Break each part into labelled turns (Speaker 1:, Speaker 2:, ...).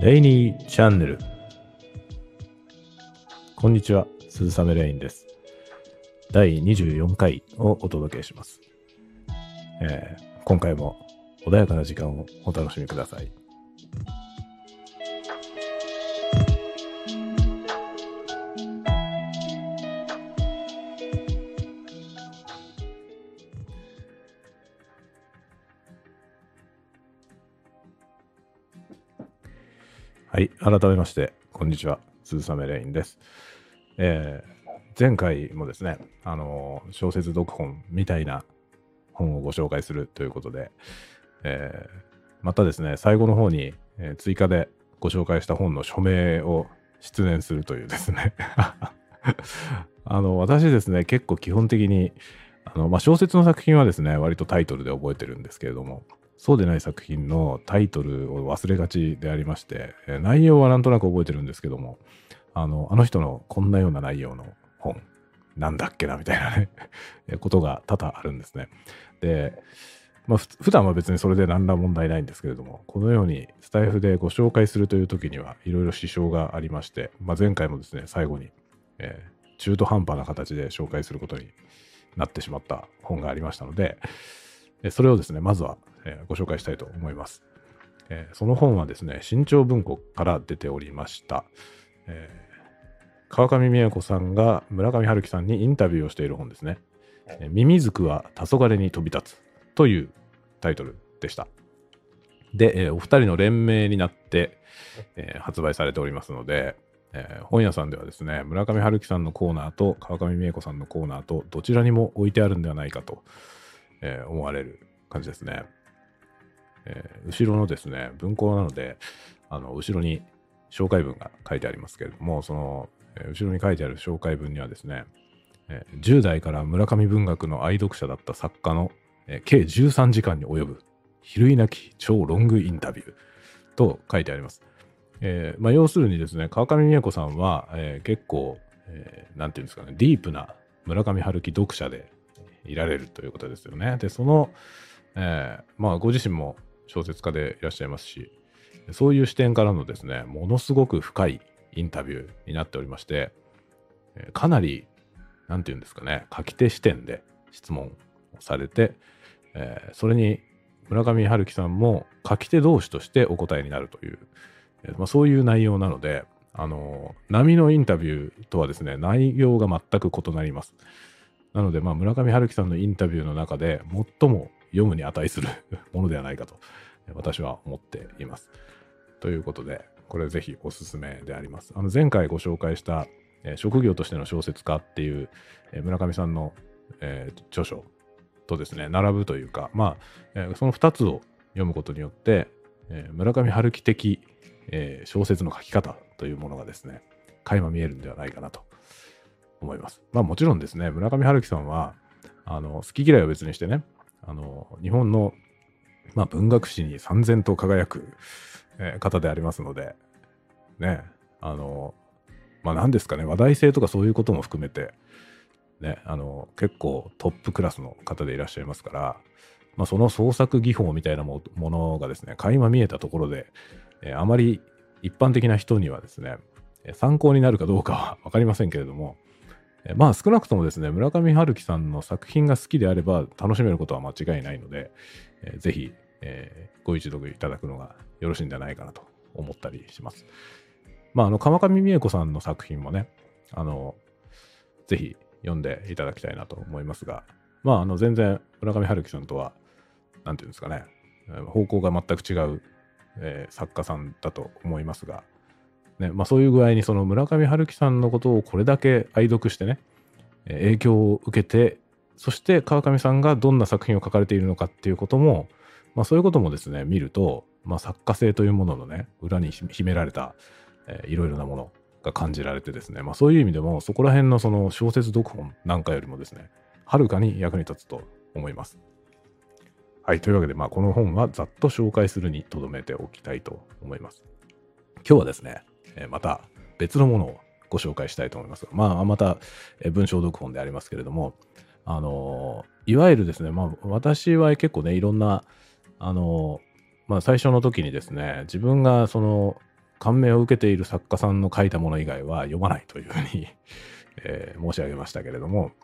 Speaker 1: レイニーチャンネル。こんにちは、鈴雨レインです。第24回をお届けします。今回も穏やかな時間をお楽しみください。はい、改めましてこんにちは、鈴雨レインです。前回もですね、小説読本みたいな本をご紹介するということで、またですね、最後の方に、追加でご紹介した本の署名を出念するというですね私ですね、結構基本的に小説の作品はですね、割とタイトルで覚えてるんですけれども、そうでない作品のタイトルを忘れがちでありまして、内容はなんとなく覚えてるんですけども、あの人のこんなような内容の本なんだっけなみたいなねことが多々あるんですね。で、普段は別にそれで何ら問題ないんですけれども、このようにスタイフでご紹介するという時にはいろいろ支障がありまして、前回もですね、最後に、中途半端な形で紹介することになってしまった本がありましたので、それをですね、まずは、ご紹介したいと思います。その本はですね、新潮文庫から出ておりました。川上美恵子さんが村上春樹さんにインタビューをしている本ですね。ミミズクは黄昏に飛び立つというタイトルでした。で、お二人の連名になって、発売されておりますので、本屋さんではですね、村上春樹さんのコーナーと川上美恵子さんのコーナーとどちらにも置いてあるんではないかと、思われる感じですね。後ろのですね、文庫なので、後ろに紹介文が書いてありますけれども、その、後ろに書いてある紹介文にはですね、10代から村上文学の愛読者だった作家の、計13時間に及ぶ比類なき超ロングインタビューと書いてあります。要するにですね、川上美恵子さんは、結構、なんていうんですかね、ディープな村上春樹読者でいられるということですよね。で、その、ご自身も小説家でいらっしゃいますし、そういう視点からのですね、ものすごく深いインタビューになっておりまして、かなり、なんていうんですかね、書き手視点で質問をされて、それに村上春樹さんも書き手同士としてお答えになるという、そういう内容なので、波のインタビューとはですね、内容が全く異なります。なので、村上春樹さんのインタビューの中で最も読むに値するものではないかと私は思っています。ということで、これぜひおすすめであります。前回ご紹介した、職業としての小説家っていう、村上さんの、著書とですね、並ぶというか、その2つを読むことによって、村上春樹的、小説の書き方というものがですね、垣間見えるんではないかなと思います。もちろんですね、村上春樹さんは好き嫌いは別にしてね、日本の、文学史に燦然と輝く、方でありますので、ね、何ですかね、話題性とかそういうことも含めて、ね、結構トップクラスの方でいらっしゃいますから、その創作技法みたいなものがですね、垣間見えたところで、あまり一般的な人にはですね、参考になるかどうかは分かりませんけれども、少なくともですね、村上春樹さんの作品が好きであれば楽しめることは間違いないので、ぜひ、ご一読いただくのがよろしいんじゃないかなと思ったりします。川上美恵子さんの作品もね、ぜひ読んでいただきたいなと思いますが、全然村上春樹さんとは、なんていうんですかね、方向が全く違う、作家さんだと思いますが、ね、そういう具合にその村上春樹さんのことをこれだけ愛読してね、影響を受けて、そして川上さんがどんな作品を書かれているのかっていうことも、そういうこともですね、見ると、作家性というもののね、裏に秘められた、いろいろなものが感じられてですね、そういう意味でもそこら辺のその小説読本なんかよりもですね、はるかに役に立つと思います。はい、というわけで、この本はざっと紹介するに留めておきたいと思います。今日はですね、また別のものをご紹介したいと思います。また文章読本でありますけれども、いわゆるですね、私は結構ね、いろんな最初の時にですね、自分がその感銘を受けている作家さんの書いたもの以外は読まないというふうに申し上げましたけれども、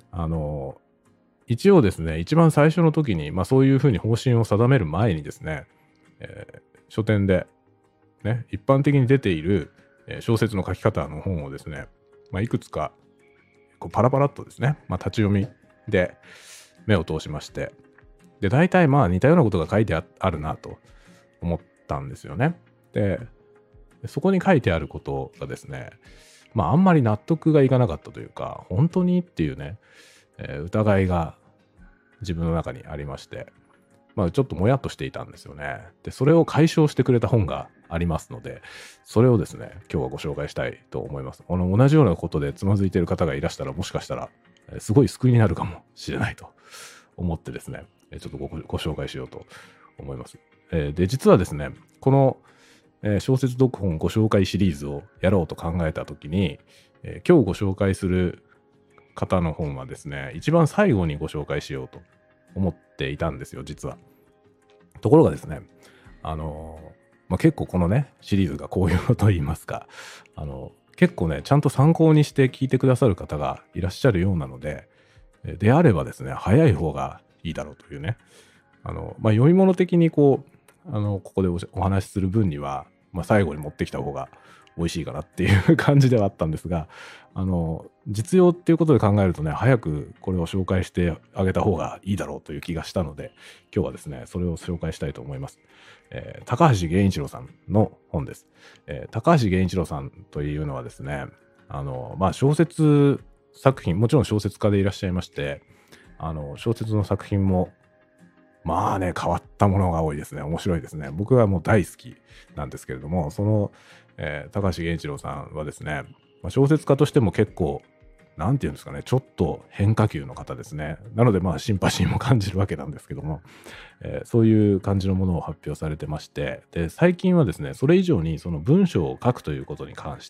Speaker 1: 一応ですね、一番最初の時に、そういうふうに方針を定める前にですね、書店で、ね、一般的に出ている小説の書き方の本をですね、いくつかこうパラパラっとですね、立ち読みで目を通しまして、で、大体似たようなことが書いてあるなと思ったんですよね。で、そこに書いてあることがですね、あんまり納得がいかなかったというか、本当にっていうね、疑いが自分の中にありまして、ちょっともやっとしていたんですよね。で、それを解消してくれた本がありますので、それをですね、今日はご紹介したいと思います。同じようなことでつまずいている方がいらしたら、もしかしたら、すごい救いになるかもしれないと思ってですね、ちょっとご紹介しようと思います。で、実はですね、この、小説読本ご紹介シリーズをやろうと考えたときに、今日ご紹介する方の本はですね、一番最後にご紹介しようと思っていたんですよ、実は。ところがですね、結構このね、シリーズが好評と言いますか、結構ね、ちゃんと参考にして聞いてくださる方がいらっしゃるようなので、であればですね、早い方がいいだろうというね、読み物的にここでお話しする分には、最後に持ってきた方が美味しいかなっていう感じではあったんですが、実用っていうことで考えるとね、早くこれを紹介してあげた方がいいだろうという気がしたので、今日はですね、それを紹介したいと思います。高橋源一郎さんの本です。高橋源一郎さんというのはですね、小説作品、もちろん小説家でいらっしゃいまして、小説の作品も変わったものが多いですね。面白いですね。僕はもう大好きなんですけれども、その、高橋源一郎さんはですね、小説家としても結構、なんていうんですかね、ちょっと変化球の方ですね。なのでシンパシーも感じるわけなんですけども、そういう感じのものを発表されてまして、で、最近はですね、それ以上にその文章を書くということに関して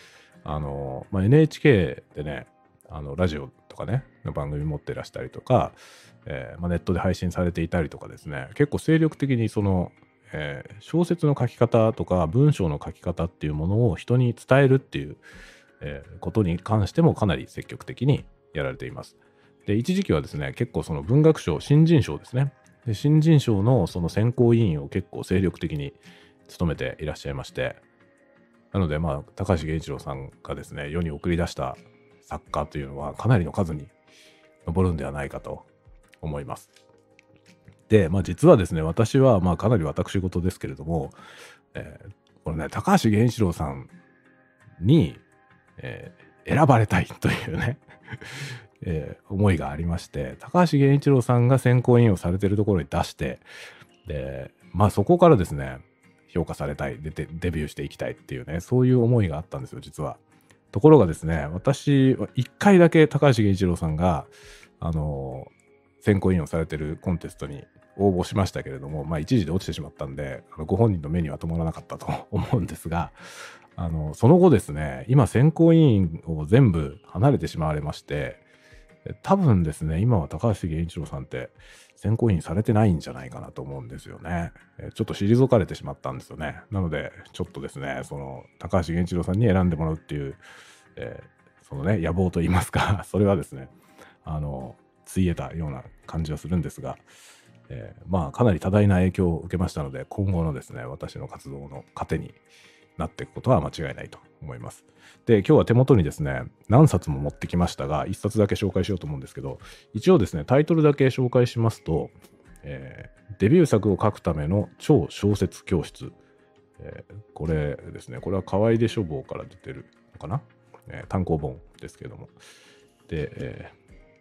Speaker 1: 、NHK でね、ラジオとかね、の番組持ってらしたりとか、ネットで配信されていたりとかですね、結構精力的にその、小説の書き方とか文章の書き方っていうものを人に伝えるっていう、ことに関してもかなり積極的にやられています。で、一時期はですね、結構その文学賞、新人賞ですね。で、新人賞のその選考委員を結構精力的に務めていらっしゃいまして、なので高橋源一郎さんがですね、世に送り出した作家というのはかなりの数に上るんではないかと思います。で、実はですね、私はかなり私事ですけれども、これね、高橋源一郎さんに、選ばれたいというね、思いがありまして、高橋源一郎さんが選考委員をされているところに出して、で、そこからですね、評価されたい、デビューしていきたいっていうね、そういう思いがあったんですよ、実は。ところがですね、私は1回だけ高橋源一郎さんが、選考委員をされているコンテストに応募しましたけれども、一時で落ちてしまったんで、ご本人の目には留まらなかったと思うんですが、その後ですね、今選考委員を全部離れてしまわれまして、多分ですね、今は高橋源一郎さんって選考委員されてないんじゃないかなと思うんですよね。ちょっと退かれてしまったんですよね。なので、ちょっとですね、その高橋源一郎さんに選んでもらうっていう、そのね、野望といいますか、それはですね、ついえたような感じはするんですが、かなり多大な影響を受けましたので、今後のですね、私の活動の糧になっていくことは間違いないと思います。で、今日は手元にですね、何冊も持ってきましたが、1冊だけ紹介しようと思うんですけど、一応ですね、タイトルだけ紹介しますと、デビュー作を書くための超小説教室。これですね、これは河合出書房から出てるのかな、単行本ですけれども。で、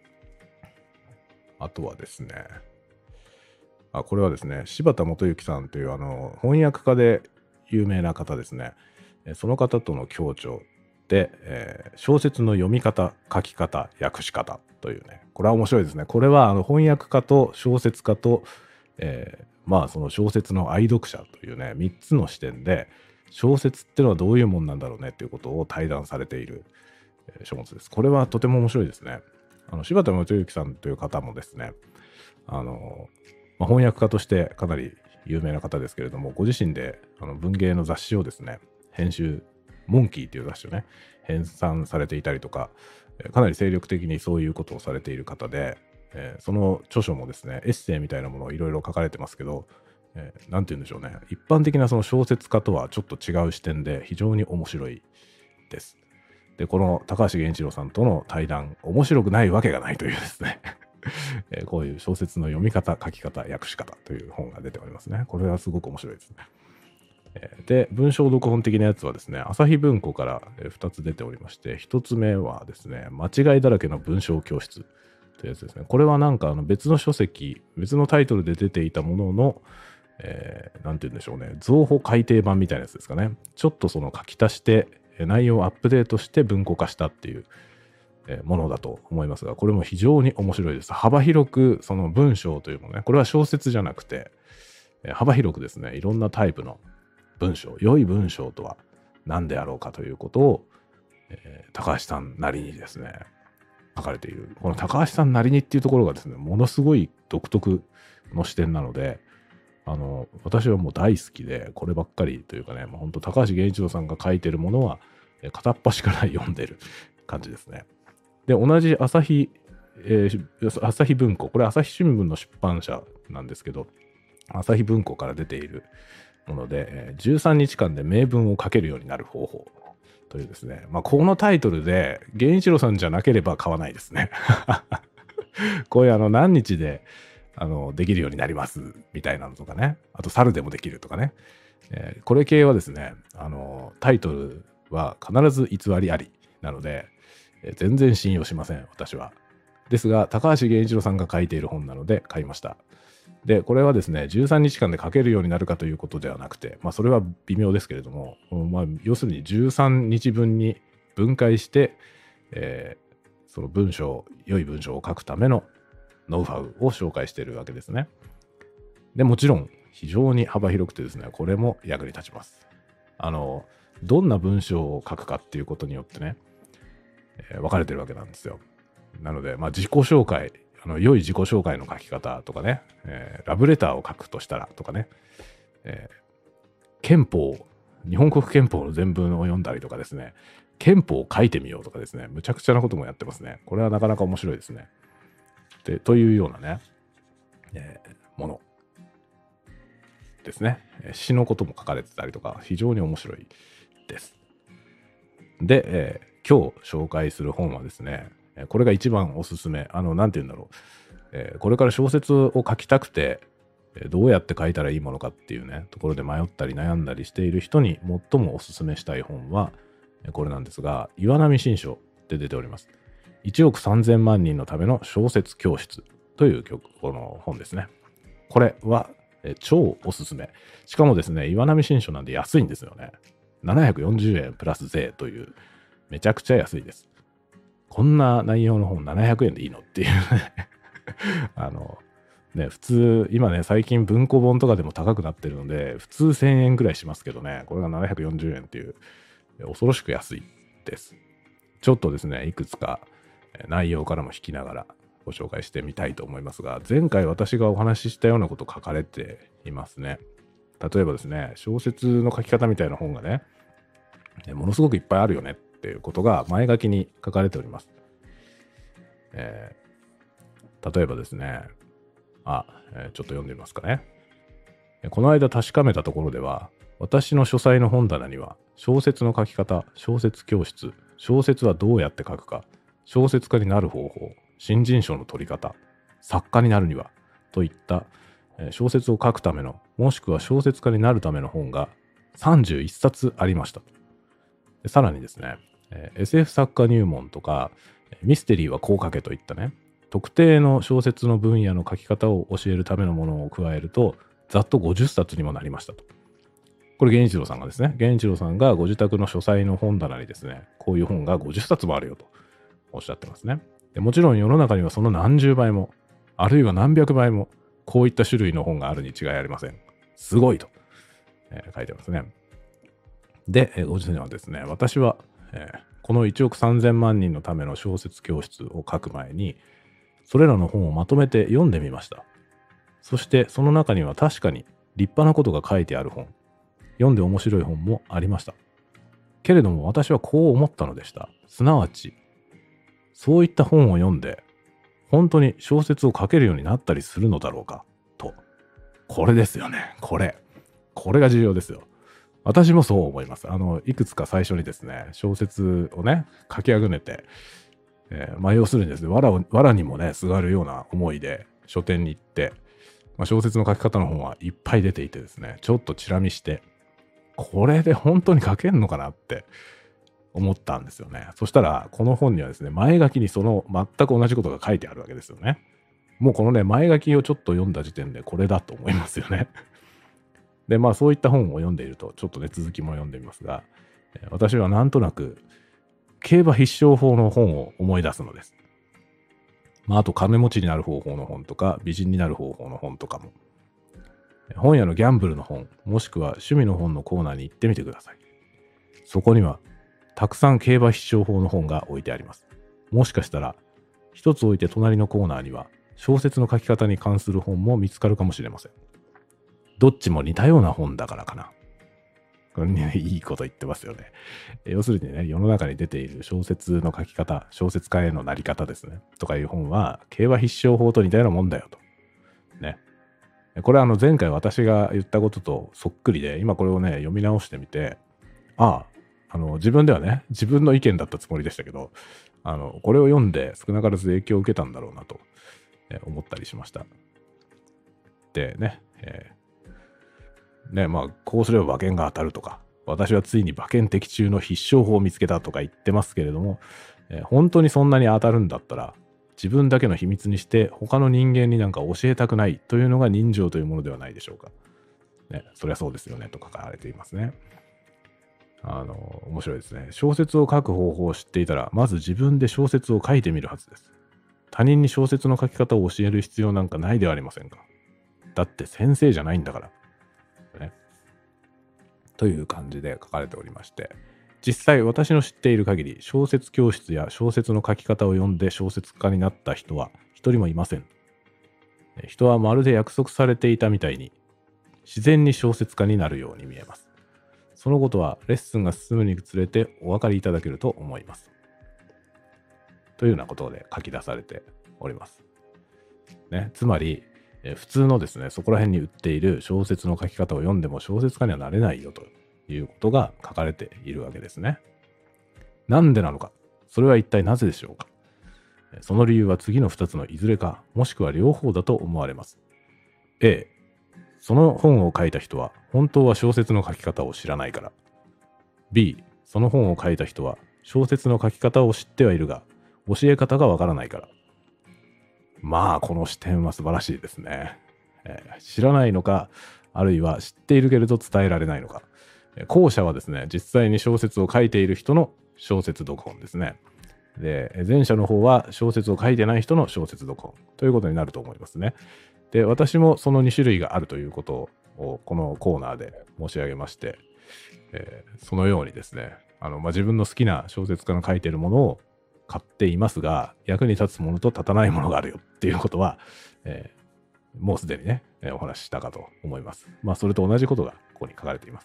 Speaker 1: あとはですね、これはですね、柴田元幸さんという翻訳家で有名な方ですね。その方との共著で、小説の読み方、書き方、訳し方というね、これは面白いですね。これは翻訳家と小説家と、その小説の愛読者というね、3つの視点で、小説ってのはどういうもんなんだろうねっていうことを対談されている、書物です。これはとても面白いですね。柴田元幸さんという方もですね、翻訳家としてかなり有名な方ですけれども、ご自身で文芸の雑誌をですね、 編集、モンキーっていう雑誌をね、編纂されていたりとか、かなり精力的にそういうことをされている方で、その著書もですね、エッセイみたいなものをいろいろ書かれてますけど、なんて言うんでしょうね、一般的なその小説家とはちょっと違う視点で非常に面白いです。で、この高橋源一郎さんとの対談、面白くないわけがないというですね、こういう小説の読み方、書き方、訳し方という本が出ておりますね。これはすごく面白いですね。で、文章読本的なやつはですね、朝日文庫から2つ出ておりまして、1つ目はですね、間違いだらけの文章教室というやつですね。これはなんか別の書籍、別のタイトルで出ていたものの、なんて言うんでしょうね、増補改訂版みたいなやつですかね。ちょっとその書き足して、内容をアップデートして文庫化したっていうものだと思いますが、これも非常に面白いです。幅広くその文章というものね、これは小説じゃなくて、幅広くですね、いろんなタイプの文章、良い文章とは何であろうかということを、高橋さんなりにですね、書かれている。この高橋さんなりにっていうところがですね、ものすごい独特の視点なので、私はもう大好きで、こればっかりというかね、本当高橋源一郎さんが書いてるものは、片っ端から読んでる感じですね。で、同じ朝日文庫、これ朝日新聞の出版社なんですけど、朝日文庫から出ているもので、13日間で名文を書けるようになる方法というですね、このタイトルで源一郎さんじゃなければ買わないですね。こういう何日でできるようになりますみたいなのとかね、あと猿でもできるとかね、これ系はですね、タイトルは必ず偽りありなので、全然信用しません、私は。ですが、高橋源一郎さんが書いている本なので買いました。で、これはですね、13日間で書けるようになるかということではなくて、それは微妙ですけれども、要するに13日分に分解して、その良い文章を書くためのノウハウを紹介しているわけですね。で、もちろん非常に幅広くてですね、これも役に立ちます。どんな文章を書くかっていうことによってね、分かれてるわけなんですよ。なので、自己紹介、良い自己紹介の書き方とかね、ラブレターを書くとしたらとかね、憲法、日本国憲法の全文を読んだりとかですね、憲法を書いてみようとかですね、むちゃくちゃなこともやってますね。これはなかなか面白いですね。というようなね、ものですね。詩のことも書かれてたりとか、非常に面白いです。で、今日紹介する本はですね、これが一番おすすめ。なんて言うんだろう。これから小説を書きたくて、どうやって書いたらいいものかっていうね、ところで迷ったり悩んだりしている人に最もおすすめしたい本は、これなんですが、岩波新書で出ております。1億3000万人のための小説教室というこの本ですね。これは超おすすめ。しかもですね、岩波新書なんで安いんですよね。740円プラス税という、めちゃくちゃ安いです。こんな内容の本700円でいいのっていうね、普通、今ね、最近文庫本とかでも高くなってるので、普通1000円くらいしますけどね、これが740円っていう、恐ろしく安いです。ちょっとですね、いくつか内容からも引きながらご紹介してみたいと思いますが、前回私がお話ししたようなこと書かれていますね。例えばですね、小説の書き方みたいな本がね、ものすごくいっぱいあるよねっていうことが前書きに書かれております。例えばですね、ちょっと読んでみますかね。この間確かめたところでは、私の書斎の本棚には、小説の書き方、小説教室、小説はどうやって書くか、小説家になる方法、新人賞の取り方、作家になるには、といった小説を書くための、もしくは小説家になるための本が31冊ありました。さらにですね、SF 作家入門とか、ミステリーはこう書けといったね、特定の小説の分野の書き方を教えるためのものを加えると、ざっと50冊にもなりましたと。これ、源一郎さんがですね、源一郎さんがご自宅の書斎の本棚にですね、こういう本が50冊もあるよとおっしゃってますね。でもちろん世の中にはその何十倍も、あるいは何百倍も、こういった種類の本があるに違いありません。すごいと、書いてますね。で、ご自身はですね、私は、この1億3000万人のための小説教室を書く前に、それらの本をまとめて読んでみました。そしてその中には確かに立派なことが書いてある本、読んで面白い本もありました。 けれども私はこう思ったのでした。すなわち、そういった本を読んで、本当に小説を書けるようになったりするのだろうか、と。これですよね。これが重要ですよ。私もそう思います。いくつか最初にですね、小説をね、書きあぐねて、要するにですね、藁にもね、すがるような思いで書店に行って、小説の書き方の本はいっぱい出ていてですね、ちょっとチラ見して、これで本当に書けんのかなって思ったんですよね。そしたら、この本にはですね、前書きにその全く同じことが書いてあるわけですよね。もうこのね、前書きをちょっと読んだ時点でこれだと思いますよね。で、そういった本を読んでいると、ちょっとね、続きも読んでみますが、私はなんとなく、競馬必勝法の本を思い出すのです。あと、金持ちになる方法の本とか、美人になる方法の本とかも。本屋のギャンブルの本、もしくは趣味の本のコーナーに行ってみてください。そこには、たくさん競馬必勝法の本が置いてあります。もしかしたら、一つ置いて隣のコーナーには、小説の書き方に関する本も見つかるかもしれません。どっちも似たような本だからかな。これね、いいこと言ってますよね。要するにね、世の中に出ている小説の書き方、小説家へのなり方ですね。とかいう本は、競馬必勝法と似たようなもんだよと。ね。これは前回私が言ったこととそっくりで、今これをね、読み直してみて、自分ではね、自分の意見だったつもりでしたけど、これを読んで少なからず影響を受けたんだろうなと思ったりしました。でね、こうすれば馬券が当たるとか、私はついに馬券的中の必勝法を見つけたとか言ってますけれども、本当にそんなに当たるんだったら、自分だけの秘密にして他の人間になんか教えたくないというのが人情というものではないでしょうか。ね、そりゃそうですよねと書かれていますね。面白いですね。小説を書く方法を知っていたら、まず自分で小説を書いてみるはずです。他人に小説の書き方を教える必要なんかないではありませんか。だって先生じゃないんだから。ね、という感じで書かれておりまして、実際私の知っている限り小説教室や小説の書き方を読んで小説家になった人は一人もいません。人はまるで約束されていたみたいに自然に小説家になるように見えます。そのことはレッスンが進むにつれてお分かりいただけると思います。というようなことで書き出されております。ね、つまり普通のですね、そこら辺に売っている小説の書き方を読んでも小説家にはなれないよということが書かれているわけですね。なんでなのか、それは一体なぜでしょうか。その理由は次の2つのいずれか、もしくは両方だと思われます。A、その本を書いた人は本当は小説の書き方を知らないから。B、その本を書いた人は小説の書き方を知ってはいるが、教え方がわからないから。この視点は素晴らしいですね。知らないのか、あるいは知っているけれど伝えられないのか。後者はですね、実際に小説を書いている人の小説読本ですね。で、前者の方は小説を書いてない人の小説読本ということになると思いますね。で、私もその2種類があるということをこのコーナーで申し上げまして、そのようにですね、自分の好きな小説家の書いているものを買っていますが、役に立つものと立たないものがあるよっていうことは、もうすでにね、お話ししたかと思います。それと同じことがここに書かれています。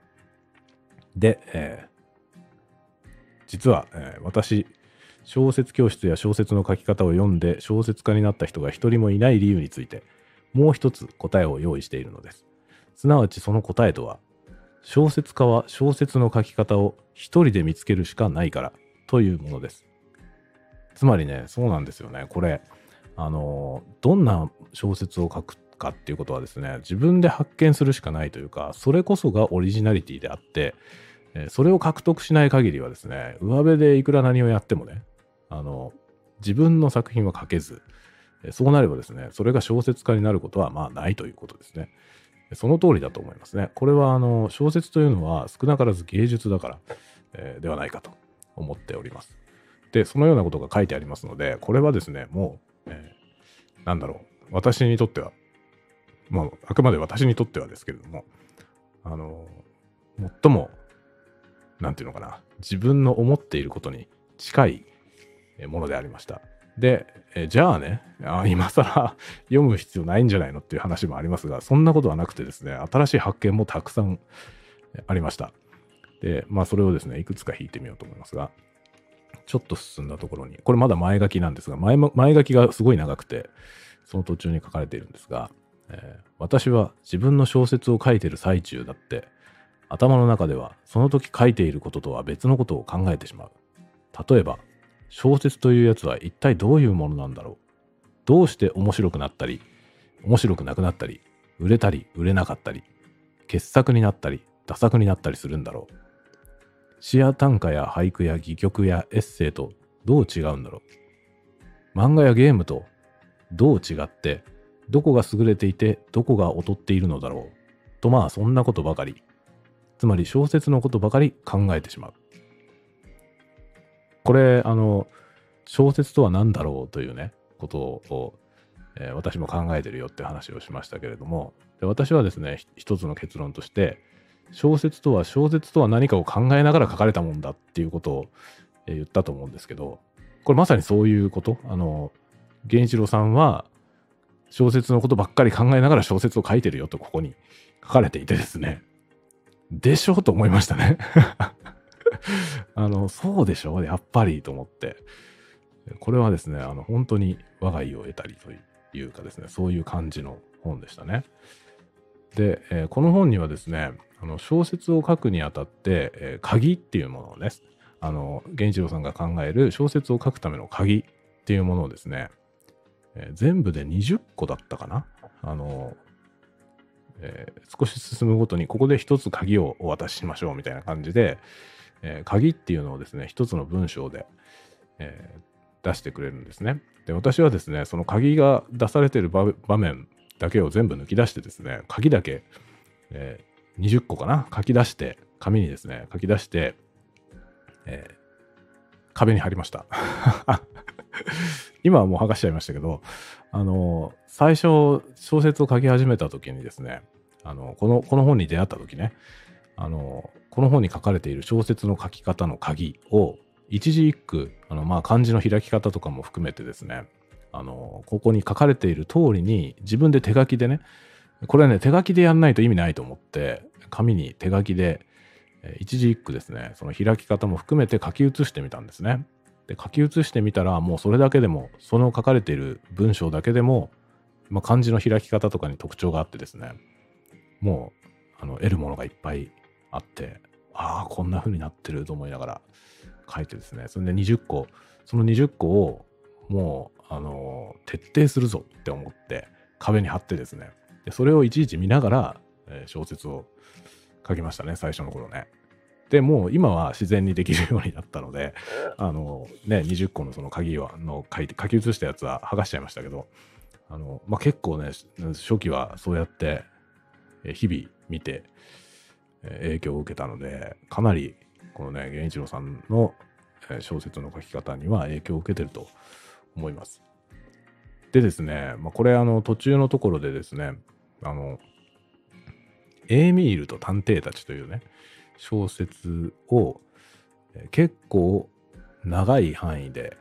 Speaker 1: で、実は、私、小説教室や小説の書き方を読んで小説家になった人が一人もいない理由について、もう一つ答えを用意しているのです。すなわちその答えとは、小説家は小説の書き方を一人で見つけるしかないからというものです。つまりね、そうなんですよね。これ、どんな小説を書くかっていうことはですね、自分で発見するしかないというか、それこそがオリジナリティであって、それを獲得しない限りはですね、上辺でいくら何をやってもね、自分の作品は書けず、そうなればですね、それが小説家になることはないということですね。その通りだと思いますね。これは小説というのは少なからず芸術だから、ではないかと思っております。で、そのようなことが書いてありますので、これはですね、もう、私にとっては、あくまで私にとってはですけれども、最も、自分の思っていることに近いものでありました。で、じゃあね、今更読む必要ないんじゃないのっていう話もありますが、そんなことはなくてですね、新しい発見もたくさんありました。 で、それをですね、いくつか引いてみようと思いますが、ちょっと進んだところに、これまだ前書きなんですが、前書きがすごい長くて、その途中に書かれているんですが、私は自分の小説を書いている最中だって、頭の中ではその時書いていることとは別のことを考えてしまう。例えば、小説というやつは一体どういうものなんだろう。どうして面白くなったり、面白くなくなったり、売れたり売れなかったり、傑作になったり、駄作になったりするんだろう。詩や短歌や俳句や戯曲やエッセイとどう違うんだろう。漫画やゲームとどう違って、どこが優れていてどこが劣っているのだろう。とそんなことばかり。つまり小説のことばかり考えてしまう。これ、小説とは何だろうというね、ことを、私も考えてるよって話をしましたけれども、で私はですね、一つの結論として、小説とは何かを考えながら書かれたもんだっていうことを、言ったと思うんですけど、これまさにそういうこと。源一郎さんは小説のことばっかり考えながら小説を書いてるよとここに書かれていてですね、でしょと思いましたね。そうでしょやっぱりと思って。これはですね、本当に我が家を得たりというかですね、そういう感じの本でしたね。で、この本にはですね、小説を書くにあたって、鍵っていうものをね、源一郎さんが考える小説を書くための鍵っていうものをですね、全部で20個だったかな。少し進むごとにここで一つ鍵をお渡ししましょうみたいな感じで、鍵っていうのをですね、一つの文章で、出してくれるんですね。で、私はですね、その鍵が出されている場面だけを全部抜き出してですね、鍵だけ、20個かな書き出して、紙にですね、書き出して、壁に貼りました。今はもう剥がしちゃいましたけど、最初小説を書き始めた時にですね、この本に出会った時ね、この本に書かれている小説の書き方の鍵を一字一句、漢字の開き方とかも含めてですね、ここに書かれている通りに自分で手書きでね、これはね、手書きでやんないと意味ないと思って、紙に手書きで、一字一句ですね、その開き方も含めて書き写してみたんですね。で、書き写してみたら、もうそれだけでも、その書かれている文章だけでも、漢字の開き方とかに特徴があってですね、もう、得るものがいっぱいあって、こんな風になってると思いながら書いてですね、それで20個、その20個をもう、徹底するぞって思って壁に貼ってですね、でそれをいちいち見ながら、小説を書きましたね、最初の頃ね。でもう今は自然にできるようになったので、20個のその鍵を書き写したやつは剥がしちゃいましたけど、結構ね、初期はそうやって日々見て影響を受けたので、かなりこのね、源一郎さんの小説の書き方には影響を受けてると思います。でですね、これ途中のところでですね、エーミールと探偵たちというね、小説を、結構長い範囲で、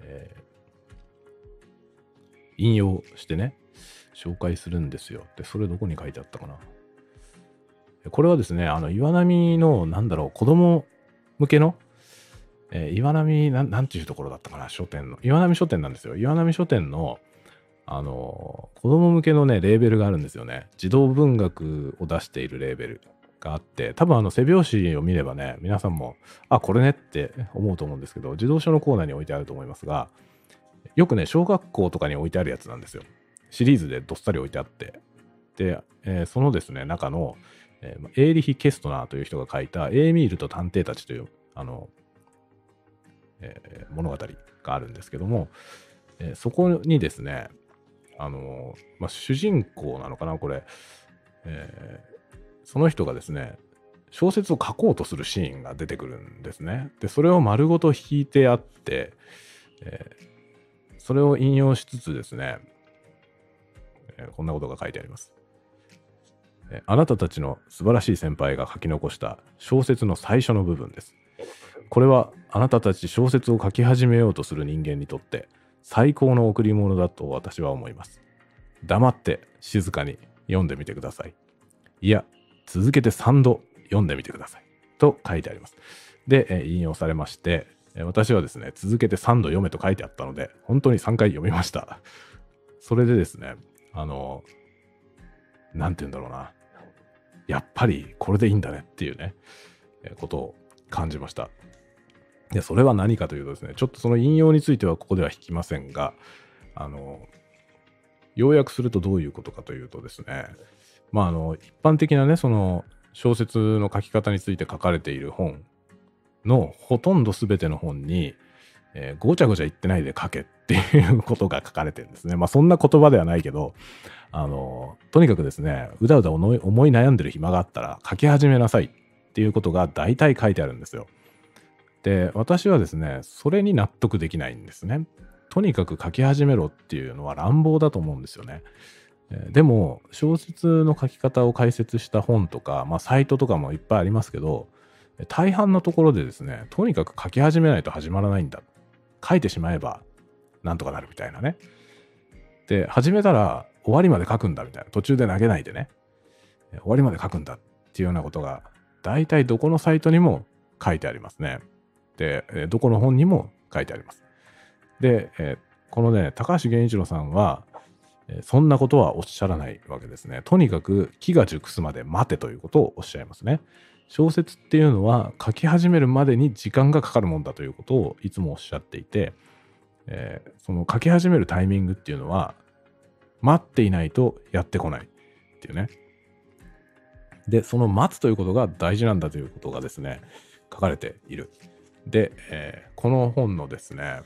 Speaker 1: 引用してね、紹介するんですよ。で、それどこに書いてあったかな。これはですね、岩波の、子供向けの、岩波なんていうところだったかな、書店の。岩波書店なんですよ。岩波書店の、子供向けのね、レーベルがあるんですよね。児童文学を出しているレーベルがあって、多分背表紙を見ればね、皆さんも、これねって思うと思うんですけど、児童書のコーナーに置いてあると思いますが、よくね、小学校とかに置いてあるやつなんですよ。シリーズでどっさり置いてあって。で、そのですね、中の、エーリヒ・ケストナーという人が書いたエーミールと探偵たちという、物語があるんですけども、そこにですね、主人公なのかな、これ、その人がですね、小説を書こうとするシーンが出てくるんですね。で、それを丸ごと引いてあって、それを引用しつつですね、こんなことが書いてあります。あなたたちの素晴らしい先輩が書き残した小説の最初の部分です。これはあなたたち小説を書き始めようとする人間にとって最高の贈り物だと私は思います。黙って静かに読んでみてください。いや、続けて3度読んでみてください。 と書いてあります。で、引用されまして、私はですね、続けて3度読めと書いてあったので、本当に3回読みました。それでですね、なんて言うんだろうな。やっぱりこれでいいんだねっていうね、ことを感じました。で、それは何かというとですね、ちょっとその引用についてはここでは引きませんが、要約するとどういうことかというとですね、一般的なね、その小説の書き方について書かれている本のほとんど全ての本に、ごちゃごちゃ言ってないで書けっていうことが書かれてるんですね。そんな言葉ではないけど、とにかくですね、うだうだ思い悩んでる暇があったら書き始めなさいっていうことが大体書いてあるんですよ。で、私はですね、それに納得できないんですね。とにかく書き始めろっていうのは乱暴だと思うんですよね。でも、小説の書き方を解説した本とか、サイトとかもいっぱいありますけど、大半のところでですね、とにかく書き始めないと始まらないんだ。書いてしまえばなんとかなるみたいなね。で、始めたら終わりまで書くんだみたいな。途中で投げないでね。終わりまで書くんだっていうようなことが、大体どこのサイトにも書いてありますね。で、どこの本にも書いてあります。で、このね、高橋源一郎さんは、そんなことはおっしゃらないわけですね。とにかく機が熟すまで待てということをおっしゃいますね。小説っていうのは書き始めるまでに時間がかかるもんだということをいつもおっしゃっていて、その書き始めるタイミングっていうのは待っていないとやってこないっていうね。で、その待つということが大事なんだということがですね、書かれている。で、この本のですね、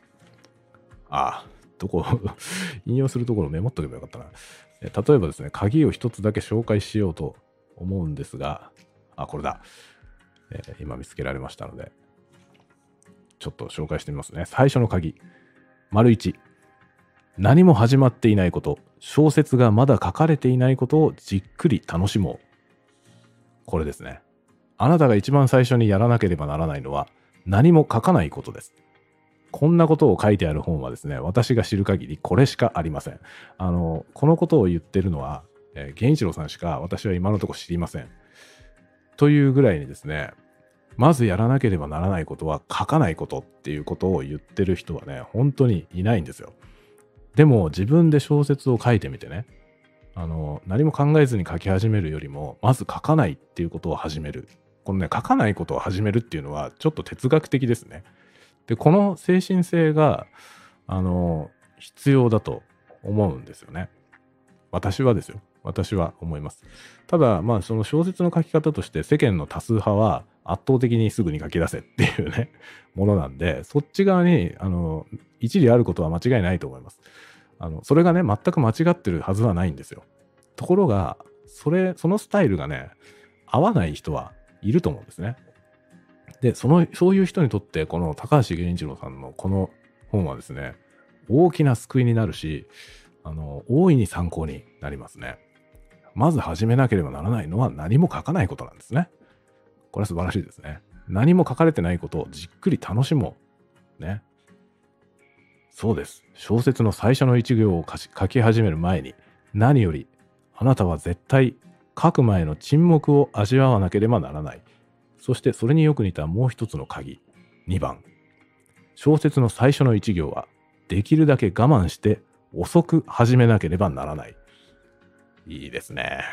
Speaker 1: 引用するところをメモっとけばよかったな。例えばですね、鍵を一つだけ紹介しようと思うんですが、これだ。今見つけられましたので、ちょっと紹介してみますね。最初の鍵。丸1。何も始まっていないこと、小説がまだ書かれていないことをじっくり楽しもう。これですね。あなたが一番最初にやらなければならないのは何も書かないことです。こんなことを書いてある本はですね、私が知る限りこれしかありません。このことを言ってるのは、源一郎さんしか私は今のところ知りません。というぐらいにですね、まずやらなければならないことは書かないことっていうことを言ってる人はね、本当にいないんですよ。でも自分で小説を書いてみてね、何も考えずに書き始めるよりも、まず書かないっていうことを始める。このね、書かないことを始めるっていうのはちょっと哲学的ですね。で、この精神性が、必要だと思うんですよね。私はですよ。私は思います。ただ、その小説の書き方として世間の多数派は圧倒的にすぐに書き出せっていうね、ものなんで、そっち側に、一理あることは間違いないと思います。それがね、全く間違ってるはずはないんですよ。ところが、そのスタイルがね、合わない人はいると思うんですね。で、そういう人にとって、この高橋源一郎さんのこの本はですね、大きな救いになるし、大いに参考になりますね。まず始めなければならないのは何も書かないことなんですね。これは素晴らしいですね。何も書かれてないことをじっくり楽しもう。ね。そうです。小説の最初の一行を書き始める前に、何よりあなたは絶対書く前の沈黙を味わわなければならない。そしてそれによく似たもう一つの鍵。2番。小説の最初の一行はできるだけ我慢して遅く始めなければならない。いいですね。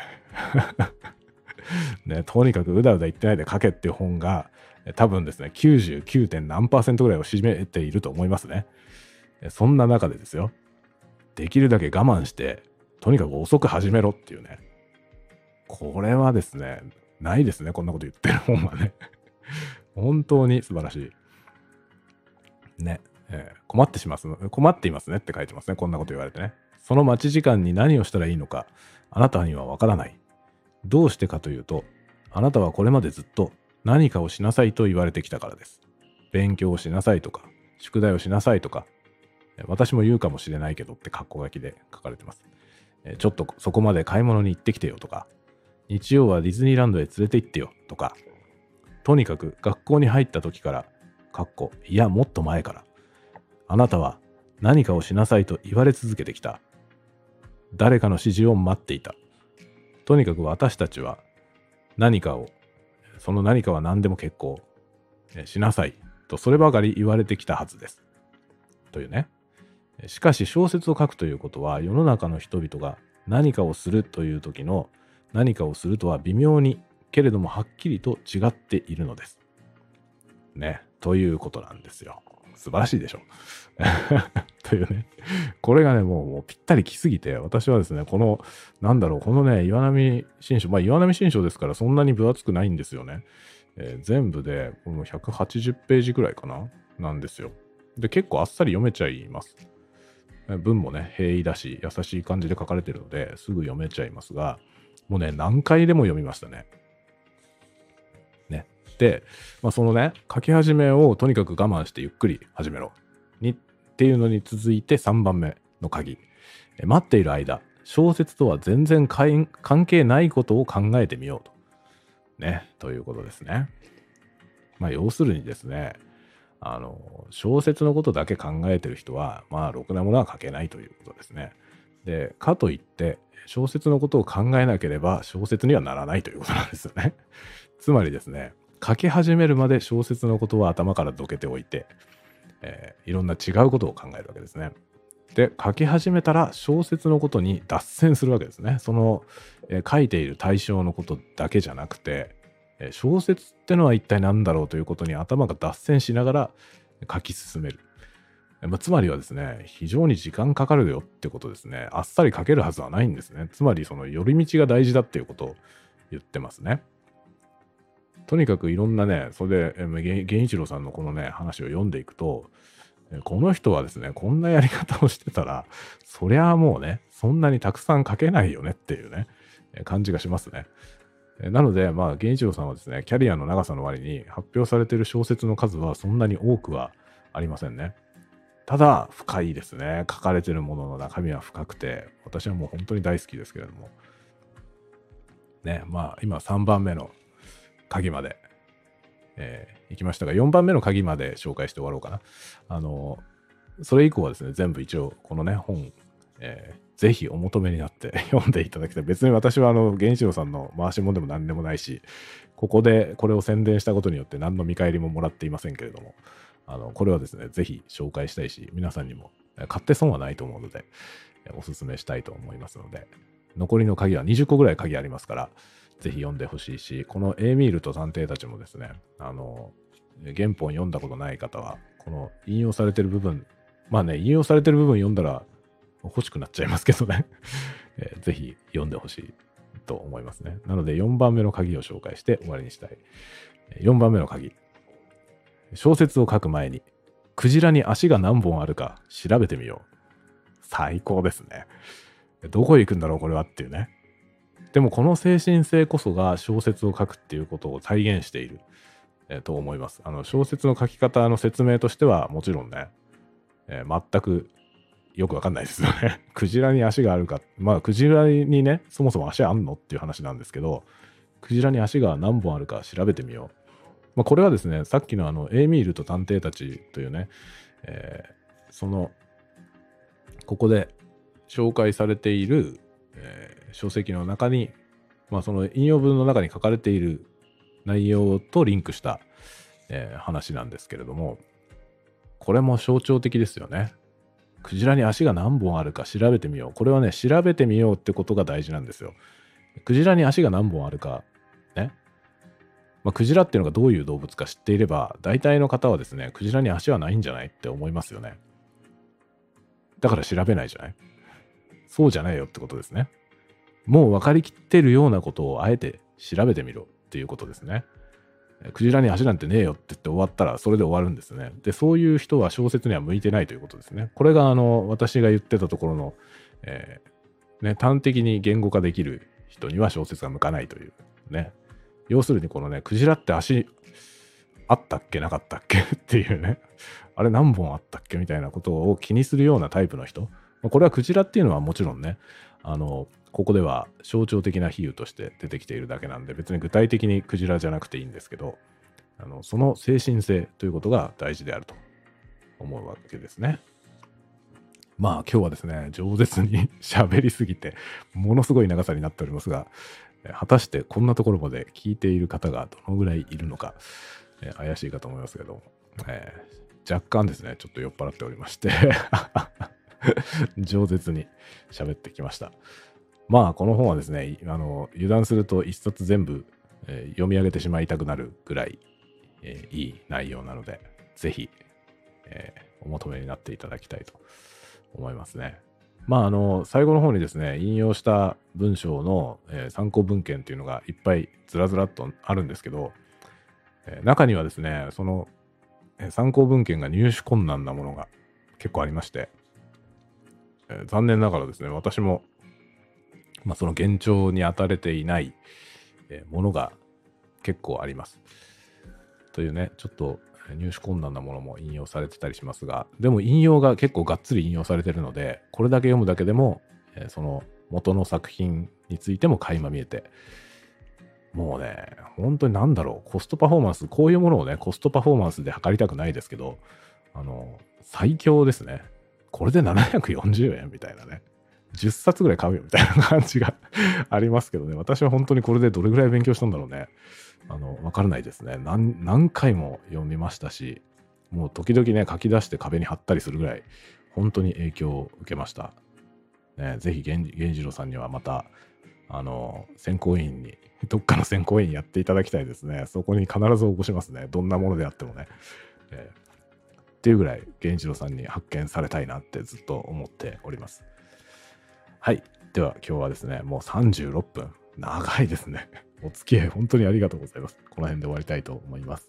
Speaker 1: ね、とにかくうだうだ言ってないで書けっていう本が多分ですね 99. 何%ぐらいを占めていると思いますね。そんな中でですよ、できるだけ我慢してとにかく遅く始めろっていうね、これはですねないですね、こんなこと言ってる本はね。本当に素晴らしいね。困っていますねって書いてますね。こんなこと言われてね。その待ち時間に何をしたらいいのかあなたにはわからない。どうしてかというと、あなたはこれまでずっと何かをしなさいと言われてきたからです。勉強をしなさいとか、宿題をしなさいとか、私も言うかもしれないけどって括弧書きで書かれてます。ちょっとそこまで買い物に行ってきてよとか、日曜はディズニーランドへ連れて行ってよとか、とにかく学校に入った時から、いやもっと前から、あなたは何かをしなさいと言われ続けてきた。誰かの指示を待っていた。とにかく私たちは何かをその何かは何でも結構しなさいとそればかり言われてきたはずです。というね。しかし小説を書くということは世の中の人々が何かをするという時の何かをするとは微妙にけれどもはっきりと違っているのです。ね。ということなんですよ。素晴らしいでしょ。というね。これがね、もうぴったり来すぎて、私はですね、このね、岩波新書、岩波新書ですからそんなに分厚くないんですよね。全部でこの180ページくらいかななんですよ。で、結構あっさり読めちゃいます。文もね、平易だし、優しい感じで書かれてるので、すぐ読めちゃいますが、もうね、何回でも読みましたね。ね。で、そのね、書き始めをとにかく我慢してゆっくり始めろ。っていうのに続いて3番目の鍵。待っている間、小説とは全然関係ないことを考えてみようと。ね。ということですね。要するにですね、小説のことだけ考えてる人は、ろくなものは書けないということですね。で、かといって、小説のことを考えなければ小説にはならないということなんですよね。つまりですね、書き始めるまで小説のことは頭からどけておいて、いろんな違うことを考えるわけですね。で、書き始めたら小説のことに脱線するわけですね。その、書いている対象のことだけじゃなくて、小説ってのは一体何だろうということに頭が脱線しながら書き進める。つまりはですね、非常に時間かかるよってことですね。あっさり書けるはずはないんですね。つまりその寄り道が大事だっていうことを言ってますね。とにかくいろんなね、それで源一郎さんのこのね、話を読んでいくと、この人はですね、こんなやり方をしてたら、そりゃあもうね、そんなにたくさん書けないよねっていうね、感じがしますね。なので、源一郎さんはですね、キャリアの長さの割に発表されている小説の数はそんなに多くはありませんね。ただ、深いですね。書かれているものの中身は深くて、私はもう本当に大好きですけれども。ね、今3番目の鍵まで、行きましたが、4番目の鍵まで紹介して終わろうかな。それ以降はですね、全部一応、このね、本、ぜひお求めになって読んでいただきたい。別に私は源一郎さんの回し物でも何でもないし、ここでこれを宣伝したことによって何の見返りももらっていませんけれども、これはですね、ぜひ紹介したいし、皆さんにも買って損はないと思うので、おすすめしたいと思いますので、残りの鍵は20個ぐらい鍵ありますから、ぜひ読んでほしいし、このエーミールと探偵たちもですね、原本読んだことない方は、この引用されてる部分、引用されてる部分読んだら欲しくなっちゃいますけどね、ぜひ読んでほしいと思いますね。なので4番目の鍵を紹介して終わりにしたい。4番目の鍵。小説を書く前に、クジラに足が何本あるか調べてみよう。最高ですね。どこへ行くんだろうこれはっていうね。でもこの精神性こそが小説を書くっていうことを体現している、と思います。小説の書き方の説明としてはもちろんね、全くよくわかんないですよね。クジラに足があるか。クジラにね、そもそも足あんのっていう話なんですけど、クジラに足が何本あるか調べてみよう。これはですね、さっきのエーミールと探偵たちというね、ここで紹介されている、書籍の中に、その引用文の中に書かれている内容とリンクした、話なんですけれども、これも象徴的ですよね。クジラに足が何本あるか調べてみよう。これはね、調べてみようってことが大事なんですよ。クジラに足が何本あるか、ね。クジラっていうのがどういう動物か知っていれば、大体の方はですね、クジラに足はないんじゃないって思いますよね。だから調べないじゃない。そうじゃないよってことですね。もう分かりきってるようなことをあえて調べてみろっていうことですね。クジラに足なんてねえよって言って終わったらそれで終わるんですね。で、そういう人は小説には向いてないということですね。これが私が言ってたところの、端的に言語化できる人には小説が向かないというね。要するにこのね、クジラって足あったっけなかったっけっていうね。あれ何本あったっけみたいなことを気にするようなタイプの人。これはクジラっていうのはもちろんね、ここでは象徴的な比喩として出てきているだけなんで、別に具体的にクジラじゃなくていいんですけど、その精神性ということが大事であると思うわけですね。今日はですね、饒舌に喋りすぎて、ものすごい長さになっておりますが、 果たしてこんなところまで聞いている方がどのぐらいいるのか、怪しいかと思いますけども、若干ですね、ちょっと酔っ払っておりまして、饒舌に喋ってきました。まあ、この本はですね、油断すると一冊全部、読み上げてしまいたくなるぐらい、いい内容なので、ぜひ、お求めになっていただきたいと思いますね。まあ、最後の方にですね、引用した文章の、参考文献っていうのがいっぱいずらずらっとあるんですけど、中にはですね、その、参考文献が入手困難なものが結構ありまして、残念ながらですね、私も、その現状に当たれていない、ものが結構あります。というね、ちょっと入手困難なものも引用されてたりしますが、でも引用が結構がっつり引用されてるので、これだけ読むだけでも、その元の作品についても垣間見えて、もうね、本当になんだろう、コストパフォーマンス、こういうものをね、コストパフォーマンスで測りたくないですけど、最強ですね。これで740円みたいなね。10冊ぐらい買うよみたいな感じがありますけどね。私は本当にこれでどれぐらい勉強したんだろうね。わからないですね。何回も読みましたし、もう時々ね、書き出して壁に貼ったりするぐらい、本当に影響を受けました。ね、ぜひ、源次郎さんにはまた、選考委員に、どっかの選考委員やっていただきたいですね。そこに必ず応募しますね。どんなものであってもね。っていうぐらい、源次郎さんに発見されたいなってずっと思っております。はい。では今日はですね、もう36分。長いですね。お付き合い本当にありがとうございます。この辺で終わりたいと思います。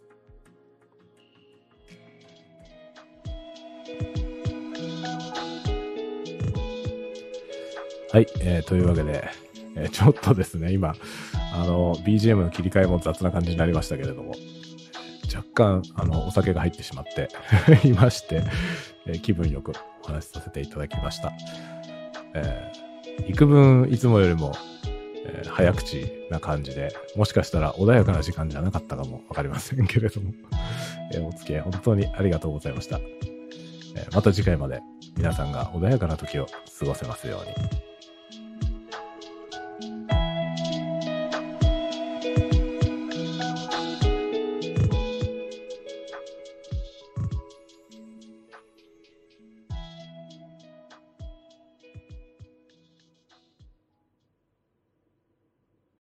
Speaker 1: はい。というわけで、ちょっとですね、今、BGM の切り替えも雑な感じになりましたけれども、若干、お酒が入ってしまっていまして、気分よくお話しさせていただきました。幾分いつもよりも、早口な感じで、もしかしたら穏やかな時間じゃなかったかもわかりませんけれども、お付き合い本当にありがとうございました。また次回まで皆さんが穏やかな時を過ごせますように。